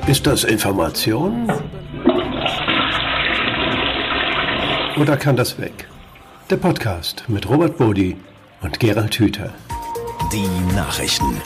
Ist das Information? Oder kann das weg? Der Podcast mit Robert Bodi und Gerald Hüther. Die Nachrichten.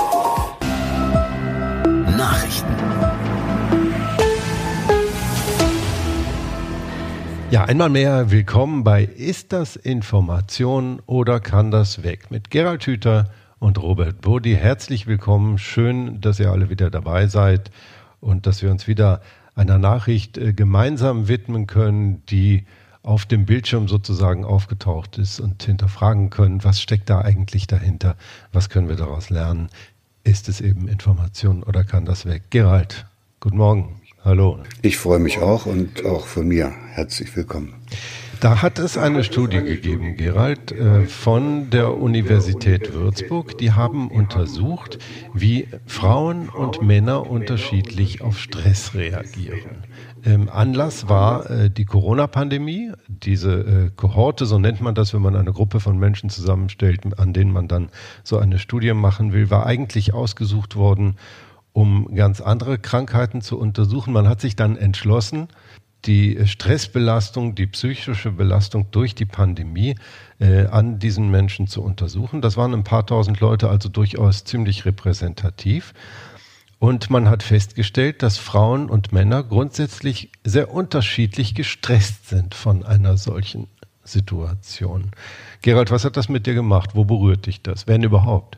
Ja, einmal mehr willkommen bei Ist das Information oder kann das weg? Mit Gerald Hüther und Robert Bodi. Herzlich willkommen. Schön, dass ihr alle wieder dabei seid und dass wir uns wieder einer Nachricht gemeinsam widmen können, die auf dem Bildschirm sozusagen aufgetaucht ist und hinterfragen können, was steckt da eigentlich dahinter? Was können wir daraus lernen? Ist es eben Information oder kann das weg? Gerald, guten Morgen. Hallo. Ich freue mich auch und auch von mir herzlich willkommen. Da hat es eine Studie gegeben, Gerald, von der Universität Würzburg. Die haben untersucht, wie Frauen und Männer unterschiedlich auf Stress reagieren. Anlass war die Corona-Pandemie, diese Kohorte, so nennt man das, wenn man eine Gruppe von Menschen zusammenstellt, an denen man dann so eine Studie machen will, war eigentlich ausgesucht worden, um ganz andere Krankheiten zu untersuchen. Man hat sich dann entschlossen, die Stressbelastung, die psychische Belastung durch die Pandemie an diesen Menschen zu untersuchen. Das waren ein paar tausend Leute, also durchaus ziemlich repräsentativ. Und man hat festgestellt, dass Frauen und Männer grundsätzlich sehr unterschiedlich gestresst sind von einer solchen Situation. Gerald, was hat das mit dir gemacht? Wo berührt dich das, wenn überhaupt?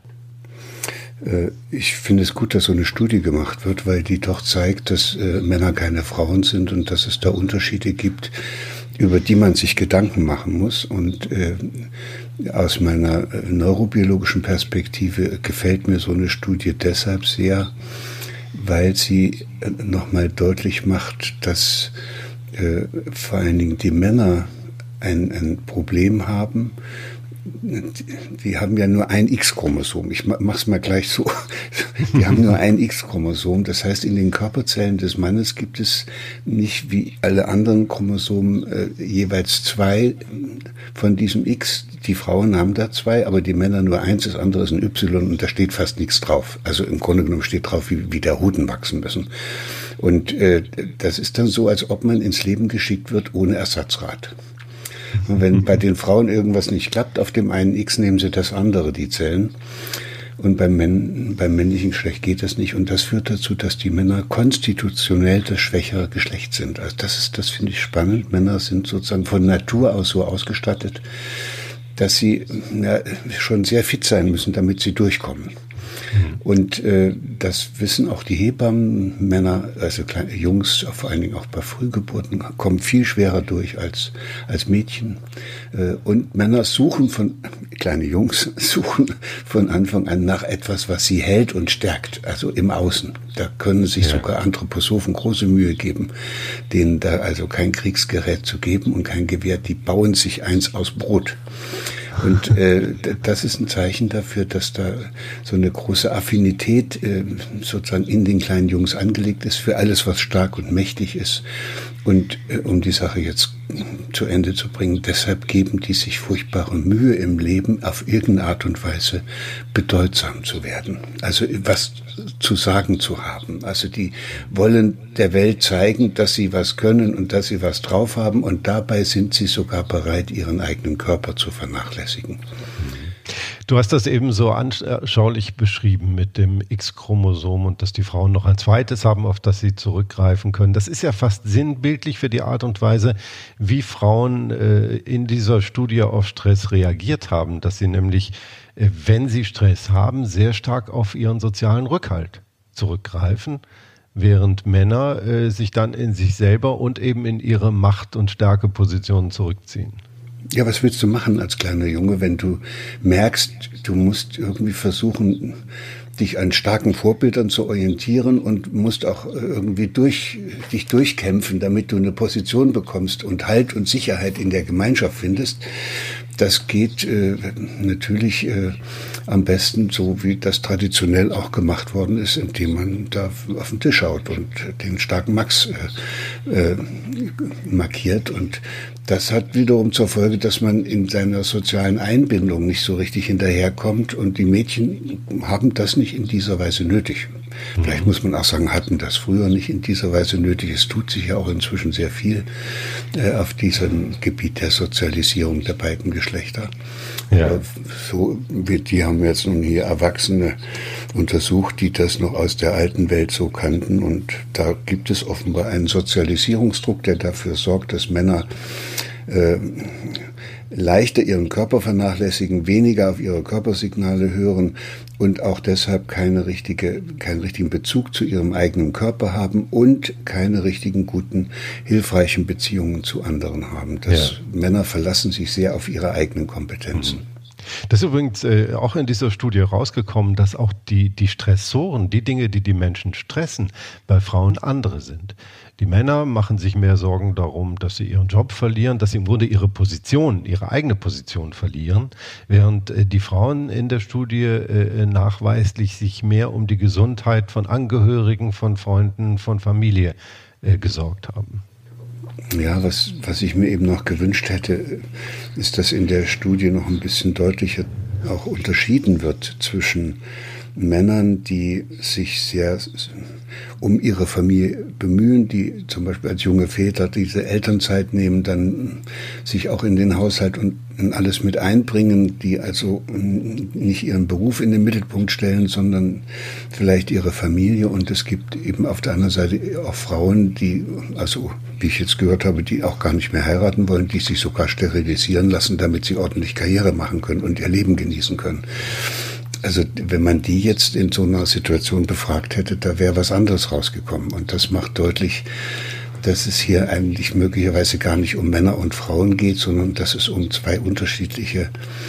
Ich finde es gut, dass so eine Studie gemacht wird, weil die doch zeigt, dass Männer keine Frauen sind und dass es da Unterschiede gibt, über die man sich Gedanken machen muss. Und aus meiner neurobiologischen Perspektive gefällt mir so eine Studie deshalb sehr, weil sie nochmal deutlich macht, dass vor allen Dingen die Männer ein Problem haben. Die haben ja nur ein X-Chromosom. Ich mach's mal gleich so. Die haben nur ein X-Chromosom. Das heißt, in den Körperzellen des Mannes gibt es nicht wie alle anderen Chromosomen jeweils zwei von diesem X. Die Frauen haben da zwei, aber die Männer nur eins. Das andere ist ein Y und da steht fast nichts drauf. Also im Grunde genommen steht drauf, wie der Hoden wachsen müssen. Und das ist dann so, als ob man ins Leben geschickt wird ohne Ersatzrad. Und wenn bei den Frauen irgendwas nicht klappt, auf dem einen X nehmen sie das andere, die Zellen. Und beim männlichen Geschlecht geht das nicht. Und das führt dazu, dass die Männer konstitutionell das schwächere Geschlecht sind. Also das finde ich spannend. Männer sind sozusagen von Natur aus so ausgestattet, dass sie schon sehr fit sein müssen, damit sie durchkommen. Und das wissen auch die Hebammen. Männer, also kleine Jungs, vor allen Dingen auch bei Frühgeburten, kommen viel schwerer durch als Mädchen. Und kleine Jungs suchen von Anfang an nach etwas, was sie hält und stärkt, also im Außen. Da können sich sogar Anthroposophen große Mühe geben, denen da also kein Kriegsgerät zu geben und kein Gewehr. Die bauen sich eins aus Brot. Und das ist ein Zeichen dafür, dass da so eine große Affinität sozusagen in den kleinen Jungs angelegt ist für alles, was stark und mächtig ist. Und um die Sache jetzt zu Ende zu bringen, deshalb geben die sich furchtbare Mühe im Leben, auf irgendeine Art und Weise bedeutsam zu werden. Also was zu sagen zu haben. Also die wollen der Welt zeigen, dass sie was können und dass sie was drauf haben. Und dabei sind sie sogar bereit, ihren eigenen Körper zu vernachlässigen. Du hast das eben so anschaulich beschrieben mit dem X-Chromosom und dass die Frauen noch ein zweites haben, auf das sie zurückgreifen können. Das ist ja fast sinnbildlich für die Art und Weise, wie Frauen in dieser Studie auf Stress reagiert haben, dass sie nämlich, wenn sie Stress haben, sehr stark auf ihren sozialen Rückhalt zurückgreifen, während Männer sich dann in sich selber und eben in ihre Macht- und Stärkepositionen zurückziehen. Ja, was willst du machen als kleiner Junge, wenn du merkst, du musst irgendwie versuchen, dich an starken Vorbildern zu orientieren und musst auch irgendwie dich durchkämpfen, damit du eine Position bekommst und Halt und Sicherheit in der Gemeinschaft findest. Das geht natürlich am besten so, wie das traditionell auch gemacht worden ist, indem man da auf den Tisch schaut und den starken Max markiert. Und das hat wiederum zur Folge, dass man in seiner sozialen Einbindung nicht so richtig hinterherkommt. Und die Mädchen haben das nicht in dieser Weise nötig. Vielleicht muss man auch sagen, hatten das früher nicht in dieser Weise nötig. Es tut sich ja auch inzwischen sehr viel auf diesem Gebiet der Sozialisierung der beiden Geschlechter. Ja. Die haben jetzt nun hier Erwachsene untersucht, die das noch aus der alten Welt so kannten. Und da gibt es offenbar einen Sozialisierungsdruck, der dafür sorgt, dass Männer leichter ihren Körper vernachlässigen, weniger auf ihre Körpersignale hören und auch deshalb keinen richtigen Bezug zu ihrem eigenen Körper haben und keine richtigen guten, hilfreichen Beziehungen zu anderen haben. Männer verlassen sich sehr auf ihre eigenen Kompetenzen. Das ist übrigens auch in dieser Studie rausgekommen, dass auch die Stressoren, die Dinge, die die Menschen stressen, bei Frauen andere sind. Die Männer machen sich mehr Sorgen darum, dass sie ihren Job verlieren, dass sie im Grunde ihre eigene Position verlieren, während die Frauen in der Studie nachweislich sich mehr um die Gesundheit von Angehörigen, von Freunden, von Familie gesorgt haben. Ja, was ich mir eben noch gewünscht hätte, ist, dass in der Studie noch ein bisschen deutlicher auch unterschieden wird zwischen Männern, die sich sehr um ihre Familie bemühen, die zum Beispiel als junge Väter diese Elternzeit nehmen, dann sich auch in den Haushalt und in alles mit einbringen, die also nicht ihren Beruf in den Mittelpunkt stellen, sondern vielleicht ihre Familie. Und es gibt eben auf der anderen Seite auch Frauen, die, also wie ich jetzt gehört habe, die auch gar nicht mehr heiraten wollen, die sich sogar sterilisieren lassen, damit sie ordentlich Karriere machen können und ihr Leben genießen können. Also wenn man die jetzt in so einer Situation befragt hätte, da wäre was anderes rausgekommen. Und das macht deutlich, dass es hier eigentlich möglicherweise gar nicht um Männer und Frauen geht, sondern dass es um zwei unterschiedliche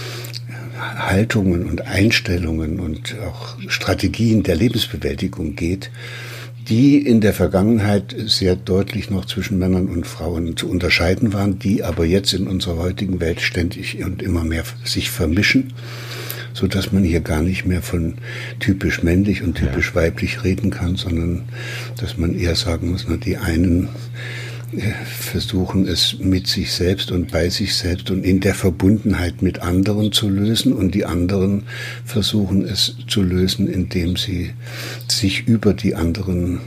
Haltungen und Einstellungen und auch Strategien der Lebensbewältigung geht, die in der Vergangenheit sehr deutlich noch zwischen Männern und Frauen zu unterscheiden waren, die aber jetzt in unserer heutigen Welt ständig und immer mehr sich vermischen, so dass man hier gar nicht mehr von typisch männlich und typisch weiblich reden kann, sondern dass man eher sagen muss, die einen versuchen es mit sich selbst und bei sich selbst und in der Verbundenheit mit anderen zu lösen und die anderen versuchen es zu lösen, indem sie sich über die anderen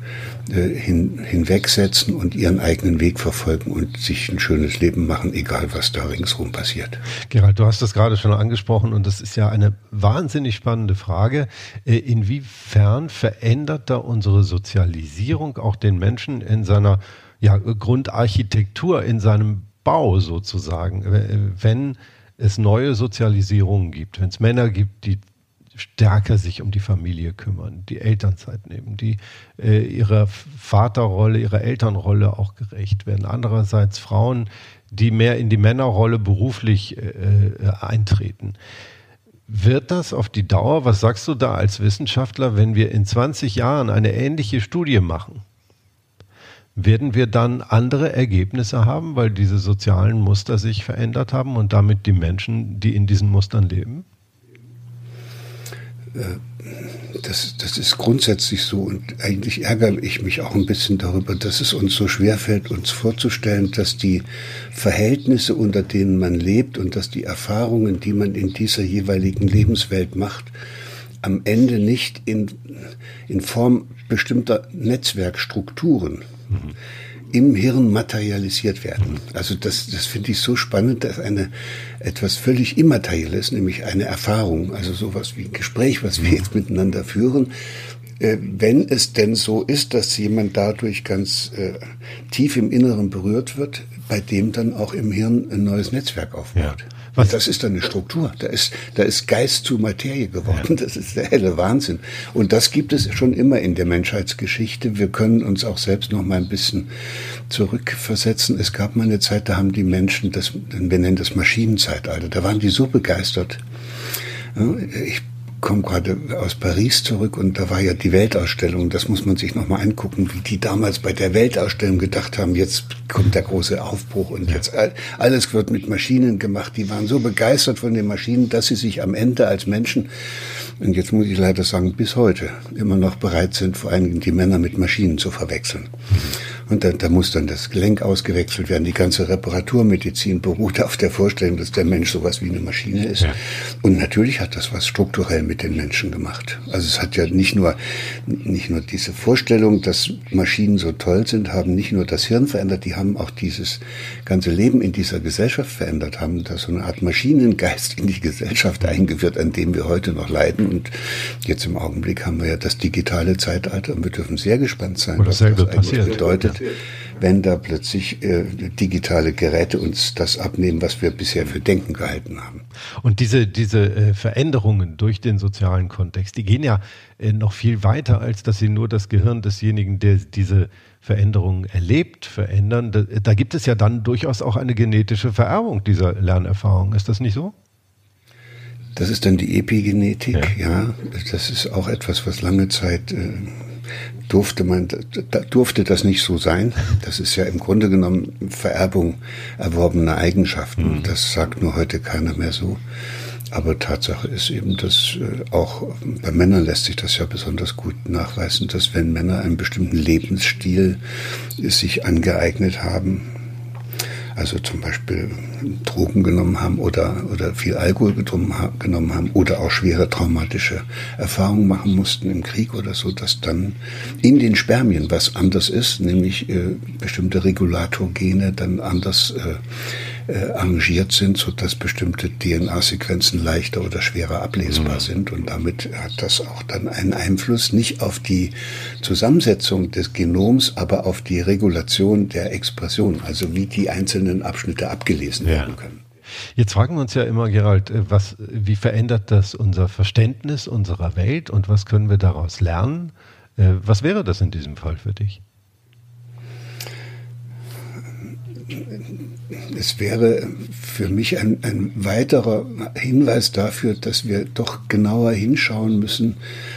hinwegsetzen und ihren eigenen Weg verfolgen und sich ein schönes Leben machen, egal was da ringsherum passiert. Gerald, du hast das gerade schon angesprochen und das ist ja eine wahnsinnig spannende Frage. Inwiefern verändert da unsere Sozialisierung auch den Menschen in seiner Grundarchitektur, in seinem Bau sozusagen, wenn es neue Sozialisierungen gibt, wenn es Männer gibt, die stärker sich um die Familie kümmern, die Elternzeit nehmen, die ihrer Vaterrolle, ihrer Elternrolle auch gerecht werden. Andererseits Frauen, die mehr in die Männerrolle beruflich eintreten. Wird das auf die Dauer, was sagst du da als Wissenschaftler, wenn wir in 20 Jahren eine ähnliche Studie machen? Werden wir dann andere Ergebnisse haben, weil diese sozialen Muster sich verändert haben und damit die Menschen, die in diesen Mustern leben? Das ist grundsätzlich so und eigentlich ärgere ich mich auch ein bisschen darüber, dass es uns so schwerfällt, uns vorzustellen, dass die Verhältnisse, unter denen man lebt und dass die Erfahrungen, die man in dieser jeweiligen Lebenswelt macht, am Ende nicht in Form bestimmter Netzwerkstrukturen im Hirn materialisiert werden. Also das finde ich so spannend, dass etwas völlig Immaterielles, nämlich eine Erfahrung, also sowas wie ein Gespräch, was wir jetzt miteinander führen, wenn es denn so ist, dass jemand dadurch ganz tief im Inneren berührt wird, bei dem dann auch im Hirn ein neues Netzwerk aufbaut. Ja. Das ist dann eine Struktur. Da ist Geist zu Materie geworden. Das ist der helle Wahnsinn. Und das gibt es schon immer in der Menschheitsgeschichte. Wir können uns auch selbst noch mal ein bisschen zurückversetzen. Es gab mal eine Zeit, da haben die Menschen wir nennen das Maschinenzeitalter. Da waren die so begeistert. Ich komme gerade aus Paris zurück und da war ja die Weltausstellung. Das muss man sich nochmal angucken, wie die damals bei der Weltausstellung gedacht haben, jetzt kommt der große Aufbruch und jetzt alles wird mit Maschinen gemacht. Die waren so begeistert von den Maschinen, dass sie sich am Ende als Menschen, und jetzt muss ich leider sagen, bis heute immer noch bereit sind, vor allem die Männer mit Maschinen zu verwechseln. Und da muss dann das Gelenk ausgewechselt werden. Die ganze Reparaturmedizin beruht auf der Vorstellung, dass der Mensch sowas wie eine Maschine ist. Ja. Und natürlich hat das was strukturell mit den Menschen gemacht. Also es hat ja nicht nur diese Vorstellung, dass Maschinen so toll sind, haben nicht nur das Hirn verändert, die haben auch dieses ganze Leben in dieser Gesellschaft verändert, haben da so eine Art Maschinengeist in die Gesellschaft eingeführt, an dem wir heute noch leiden. Und jetzt im Augenblick haben wir ja das digitale Zeitalter und wir dürfen sehr gespannt sein, was das eigentlich bedeutet. Wenn da plötzlich digitale Geräte uns das abnehmen, was wir bisher für Denken gehalten haben. Und diese Veränderungen durch den sozialen Kontext, die gehen ja noch viel weiter, als dass sie nur das Gehirn desjenigen, der diese Veränderungen erlebt, verändern. Da gibt es ja dann durchaus auch eine genetische Vererbung dieser Lernerfahrung. Ist das nicht so? Das ist dann die Epigenetik, ja. Das ist auch etwas, was lange Zeit durfte das nicht so sein. Das ist ja im Grunde genommen Vererbung erworbener Eigenschaften. Das sagt nur heute keiner mehr so. Aber Tatsache ist eben, dass auch bei Männern lässt sich das ja besonders gut nachweisen, dass wenn Männer einen bestimmten Lebensstil sich angeeignet haben, also zum Beispiel Drogen genommen haben oder viel Alkohol genommen haben oder auch schwere traumatische Erfahrungen machen mussten im Krieg oder so, dass dann in den Spermien was anders ist, nämlich bestimmte Regulatorgene dann anders arrangiert sind, sodass bestimmte DNA-Sequenzen leichter oder schwerer ablesbar sind. Und damit hat das auch dann einen Einfluss nicht auf die Zusammensetzung des Genoms, aber auf die Regulation der Expression, also wie die einzelnen Abschnitte abgelesen werden können. Jetzt fragen wir uns ja immer, Gerald, wie verändert das unser Verständnis unserer Welt und was können wir daraus lernen? Was wäre das in diesem Fall für dich? Es wäre für mich ein weiterer Hinweis dafür, dass wir doch genauer hinschauen müssen,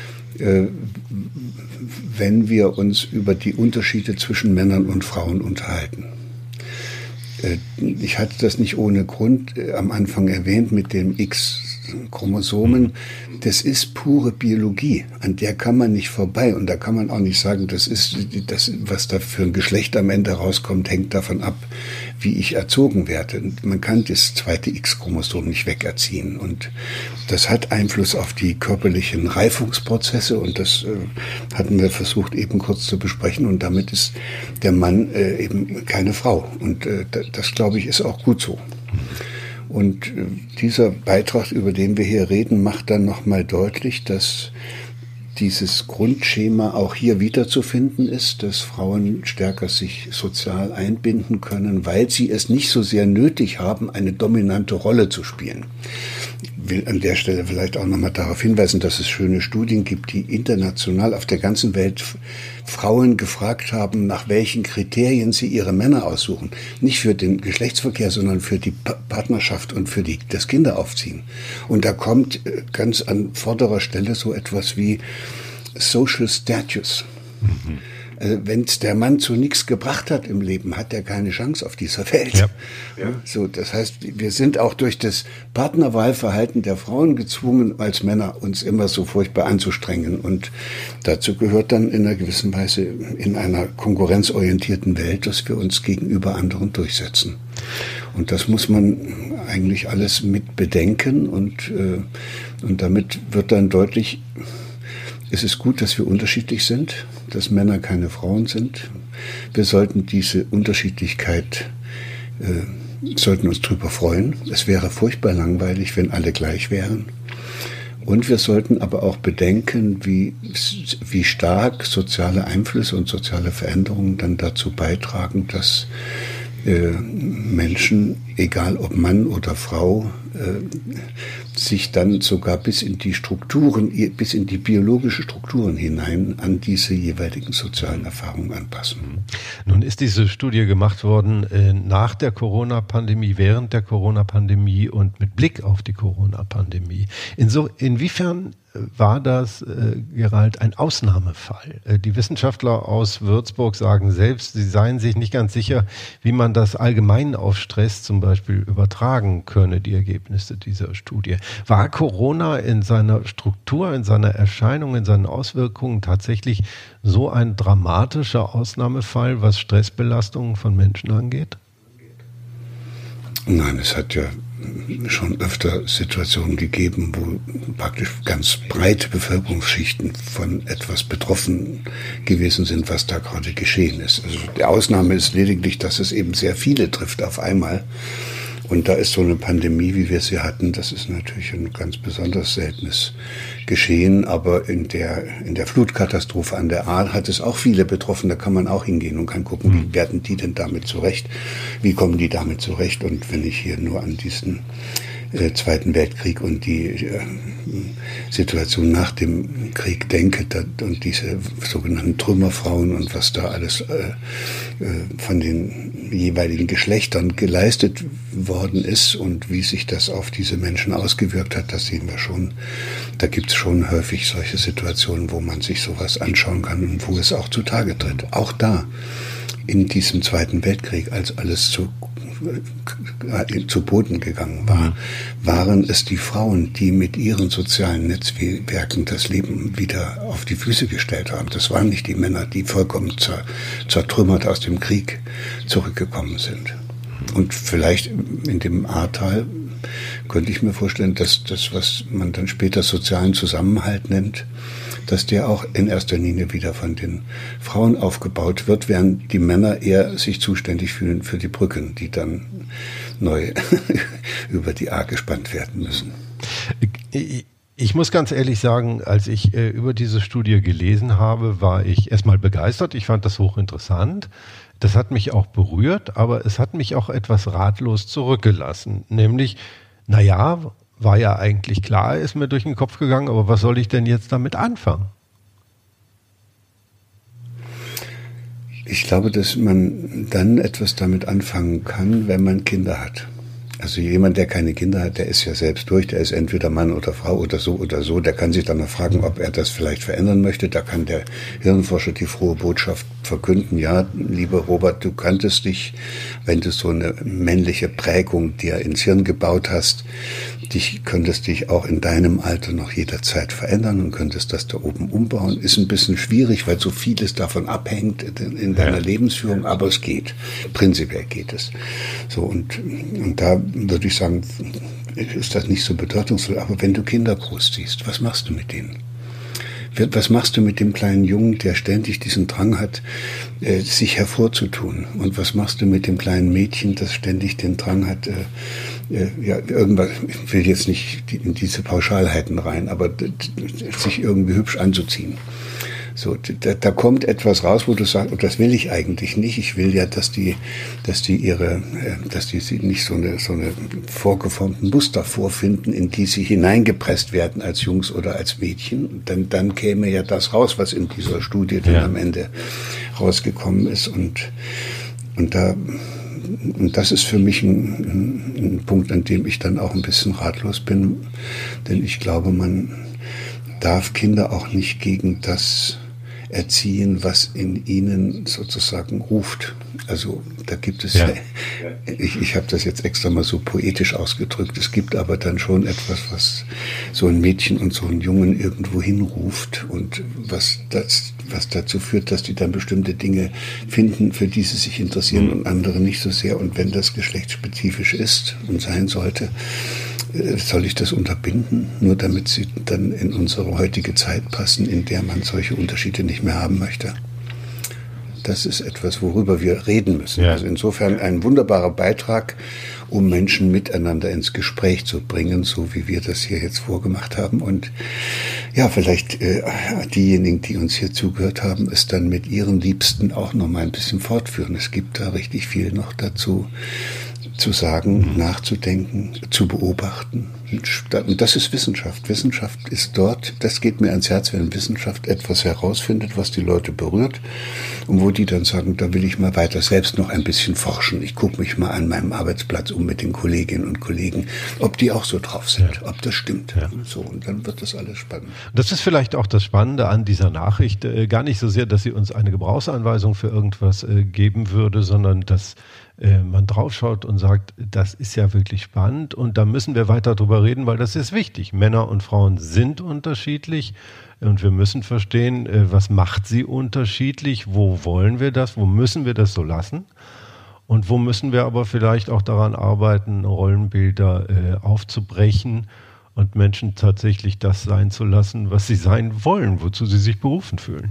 wenn wir uns über die Unterschiede zwischen Männern und Frauen unterhalten. Ich hatte das nicht ohne Grund am Anfang erwähnt mit dem X-Chromosomen. Das ist pure Biologie, an der kann man nicht vorbei und da kann man auch nicht sagen, das, was da für ein Geschlecht am Ende rauskommt, hängt davon ab, wie ich erzogen werde. Und man kann das zweite X-Chromosom nicht wegerziehen und das hat Einfluss auf die körperlichen Reifungsprozesse und das hatten wir versucht eben kurz zu besprechen und damit ist der Mann eben keine Frau und das glaube ich ist auch gut so. Und dieser Beitrag, über den wir hier reden, macht dann nochmal deutlich, dass dieses Grundschema auch hier wiederzufinden ist, dass Frauen stärker sich sozial einbinden können, weil sie es nicht so sehr nötig haben, eine dominante Rolle zu spielen. Ich will an der Stelle vielleicht auch nochmal darauf hinweisen, dass es schöne Studien gibt, die international auf der ganzen Welt Frauen gefragt haben, nach welchen Kriterien sie ihre Männer aussuchen. Nicht für den Geschlechtsverkehr, sondern für die Partnerschaft und für das Kinderaufziehen. Und da kommt ganz an vorderer Stelle so etwas wie Social Status. Mhm. Also wenn es der Mann zu nichts gebracht hat im Leben, hat er keine Chance auf dieser Welt. Ja. Ja, so, das heißt, wir sind auch durch das Partnerwahlverhalten der Frauen gezwungen, als Männer uns immer so furchtbar anzustrengen. Und dazu gehört dann in einer gewissen Weise in einer konkurrenzorientierten Welt, dass wir uns gegenüber anderen durchsetzen. Und das muss man eigentlich alles mit bedenken und damit wird dann deutlich, es ist gut, dass wir unterschiedlich sind, dass Männer keine Frauen sind. Wir sollten diese Unterschiedlichkeit, sollten uns drüber freuen. Es wäre furchtbar langweilig, wenn alle gleich wären. Und wir sollten aber auch bedenken, wie stark soziale Einflüsse und soziale Veränderungen dann dazu beitragen, dass Menschen egal ob Mann oder Frau, sich dann sogar bis in die Strukturen, bis in die biologischen Strukturen hinein an diese jeweiligen sozialen Erfahrungen anpassen. Nun ist diese Studie gemacht worden nach der Corona-Pandemie, während der Corona-Pandemie und mit Blick auf die Corona-Pandemie. Inwiefern war das, Gerald, ein Ausnahmefall? Die Wissenschaftler aus Würzburg sagen selbst, sie seien sich nicht ganz sicher, wie man das allgemein auf Stress zum Beispiel übertragen könne, die Ergebnisse dieser Studie. War Corona in seiner Struktur, in seiner Erscheinung, in seinen Auswirkungen tatsächlich so ein dramatischer Ausnahmefall, was Stressbelastungen von Menschen angeht? Nein, es hat ja schon öfter Situationen gegeben, wo praktisch ganz breite Bevölkerungsschichten von etwas betroffen gewesen sind, was da gerade geschehen ist. Also die Ausnahme ist lediglich, dass es eben sehr viele trifft auf einmal. Und da ist so eine Pandemie, wie wir sie hatten, das ist natürlich ein ganz besonders seltenes Geschehen. Aber in der Flutkatastrophe an der Ahr hat es auch viele betroffen. Da kann man auch hingehen und kann gucken, wie werden die denn damit zurecht? Wie kommen die damit zurecht? Und wenn ich hier nur an diesen Zweiten Weltkrieg und die Situation nach dem Krieg denke und diese sogenannten Trümmerfrauen und was da alles von den jeweiligen Geschlechtern geleistet worden ist und wie sich das auf diese Menschen ausgewirkt hat, das sehen wir schon. Da gibt es schon häufig solche Situationen, wo man sich sowas anschauen kann und wo es auch zutage tritt. Auch da, in diesem Zweiten Weltkrieg, als alles zu Boden gegangen war, waren es die Frauen, die mit ihren sozialen Netzwerken das Leben wieder auf die Füße gestellt haben. Das waren nicht die Männer, die vollkommen zertrümmert aus dem Krieg zurückgekommen sind. Und vielleicht in dem Ahrtal könnte ich mir vorstellen, dass das, was man dann später sozialen Zusammenhalt nennt, dass der auch in erster Linie wieder von den Frauen aufgebaut wird, während die Männer eher sich zuständig fühlen für die Brücken, die dann neu über die Ahr gespannt werden müssen. Ich muss ganz ehrlich sagen, als ich über diese Studie gelesen habe, war ich erstmal begeistert. Ich fand das hochinteressant. Das hat mich auch berührt, aber es hat mich auch etwas ratlos zurückgelassen. Nämlich, war ja eigentlich klar, ist mir durch den Kopf gegangen, aber was soll ich denn jetzt damit anfangen? Ich glaube, dass man dann etwas damit anfangen kann, wenn man Kinder hat. Also jemand, der keine Kinder hat, der ist ja selbst durch, der ist entweder Mann oder Frau oder so, der kann sich dann noch fragen, ob er das vielleicht verändern möchte. Da kann der Hirnforscher die frohe Botschaft verkünden, ja, lieber Robert, du kanntest dich, wenn du so eine männliche Prägung dir ins Hirn gebaut hast, könntest dich auch in deinem Alter noch jederzeit verändern und könntest das da oben umbauen. Ist ein bisschen schwierig, weil so vieles davon abhängt in deiner Lebensführung, aber es geht. Prinzipiell geht es. So, und da würde ich sagen, ist das nicht so bedeutungsvoll. Aber wenn du Kinder großziehst, was machst du mit denen? Was machst du mit dem kleinen Jungen, der ständig diesen Drang hat, sich hervorzutun? Und was machst du mit dem kleinen Mädchen, das ständig den Drang hat, irgendwas, ich will jetzt nicht in diese Pauschalheiten rein, aber sich irgendwie hübsch anzuziehen? So, da kommt etwas raus, wo du sagst, und das will ich eigentlich nicht. Ich will ja, dass die nicht so eine vorgeformten Muster vorfinden, in die sie hineingepresst werden als Jungs oder als Mädchen. Dann käme ja das raus, was in dieser Studie dann am Ende rausgekommen ist. Und das ist für mich ein Punkt, an dem ich dann auch ein bisschen ratlos bin. Denn ich glaube, man darf Kinder auch nicht gegen das erziehen, was in ihnen sozusagen ruft. Also da gibt es, ich habe das jetzt extra mal so poetisch ausgedrückt, es gibt aber dann schon etwas, was so ein Mädchen und so einen Jungen irgendwo hinruft und was dazu führt, dass die dann bestimmte Dinge finden, für die sie sich interessieren und andere nicht so sehr. Und wenn das geschlechtsspezifisch ist und sein sollte, soll ich das unterbinden, nur damit sie dann in unsere heutige Zeit passen, in der man solche Unterschiede nicht mehr haben möchte? Das ist etwas, worüber wir reden müssen. Ja. Also insofern ein wunderbarer Beitrag, um Menschen miteinander ins Gespräch zu bringen, so wie wir das hier jetzt vorgemacht haben. Und ja, vielleicht diejenigen, die uns hier zugehört haben, es dann mit ihren Liebsten auch noch mal ein bisschen fortführen. Es gibt da richtig viel noch dazu zu sagen, nachzudenken, zu beobachten. Und das ist Wissenschaft. Wissenschaft ist dort, das geht mir ans Herz, wenn Wissenschaft etwas herausfindet, was die Leute berührt und wo die dann sagen, da will ich mal weiter selbst noch ein bisschen forschen. Ich gucke mich mal an meinem Arbeitsplatz um mit den Kolleginnen und Kollegen, ob die auch so drauf sind, ob das stimmt. Ja. So, und dann wird das alles spannend. Das ist vielleicht auch das Spannende an dieser Nachricht. Gar nicht so sehr, dass sie uns eine Gebrauchsanweisung für irgendwas geben würde, sondern dass man draufschaut und sagt, das ist ja wirklich spannend und da müssen wir weiter drüber reden, weil das ist wichtig. Männer und Frauen sind unterschiedlich und wir müssen verstehen, was macht sie unterschiedlich, wo wollen wir das, wo müssen wir das so lassen und wo müssen wir aber vielleicht auch daran arbeiten, Rollenbilder aufzubrechen und Menschen tatsächlich das sein zu lassen, was sie sein wollen, wozu sie sich berufen fühlen.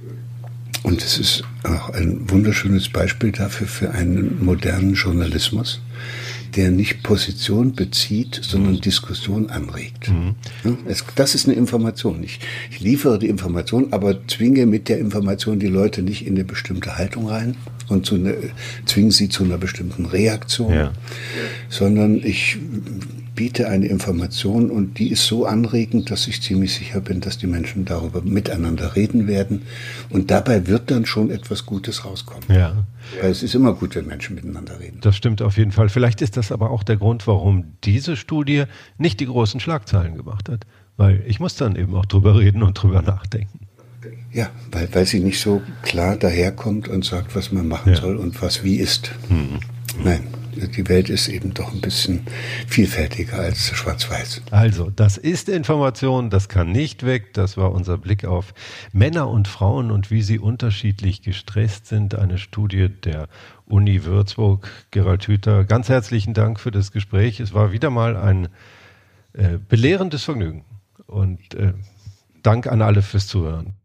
Und es ist auch ein wunderschönes Beispiel dafür für einen modernen Journalismus, der nicht Position bezieht, sondern Diskussion anregt. Das ist eine Information. Ich liefere die Information, aber zwinge mit der Information die Leute nicht in eine bestimmte Haltung rein und zwinge sie zu einer bestimmten Reaktion, sondern ich biete eine Information und die ist so anregend, dass ich ziemlich sicher bin, dass die Menschen darüber miteinander reden werden und dabei wird dann schon etwas Gutes rauskommen. Ja. Weil es ist immer gut, wenn Menschen miteinander reden. Das stimmt auf jeden Fall. Vielleicht ist das aber auch der Grund, warum diese Studie nicht die großen Schlagzeilen gemacht hat. Weil ich muss dann eben auch drüber reden und drüber nachdenken. Ja, weil sie nicht so klar daherkommt und sagt, was man machen soll und was wie ist. Nein. Die Welt ist eben doch ein bisschen vielfältiger als schwarz-weiß. Also, das ist Information, das kann nicht weg. Das war unser Blick auf Männer und Frauen und wie sie unterschiedlich gestresst sind. Eine Studie der Uni Würzburg. Gerald Hüther, ganz herzlichen Dank für das Gespräch. Es war wieder mal ein belehrendes Vergnügen. Und Dank an alle fürs Zuhören.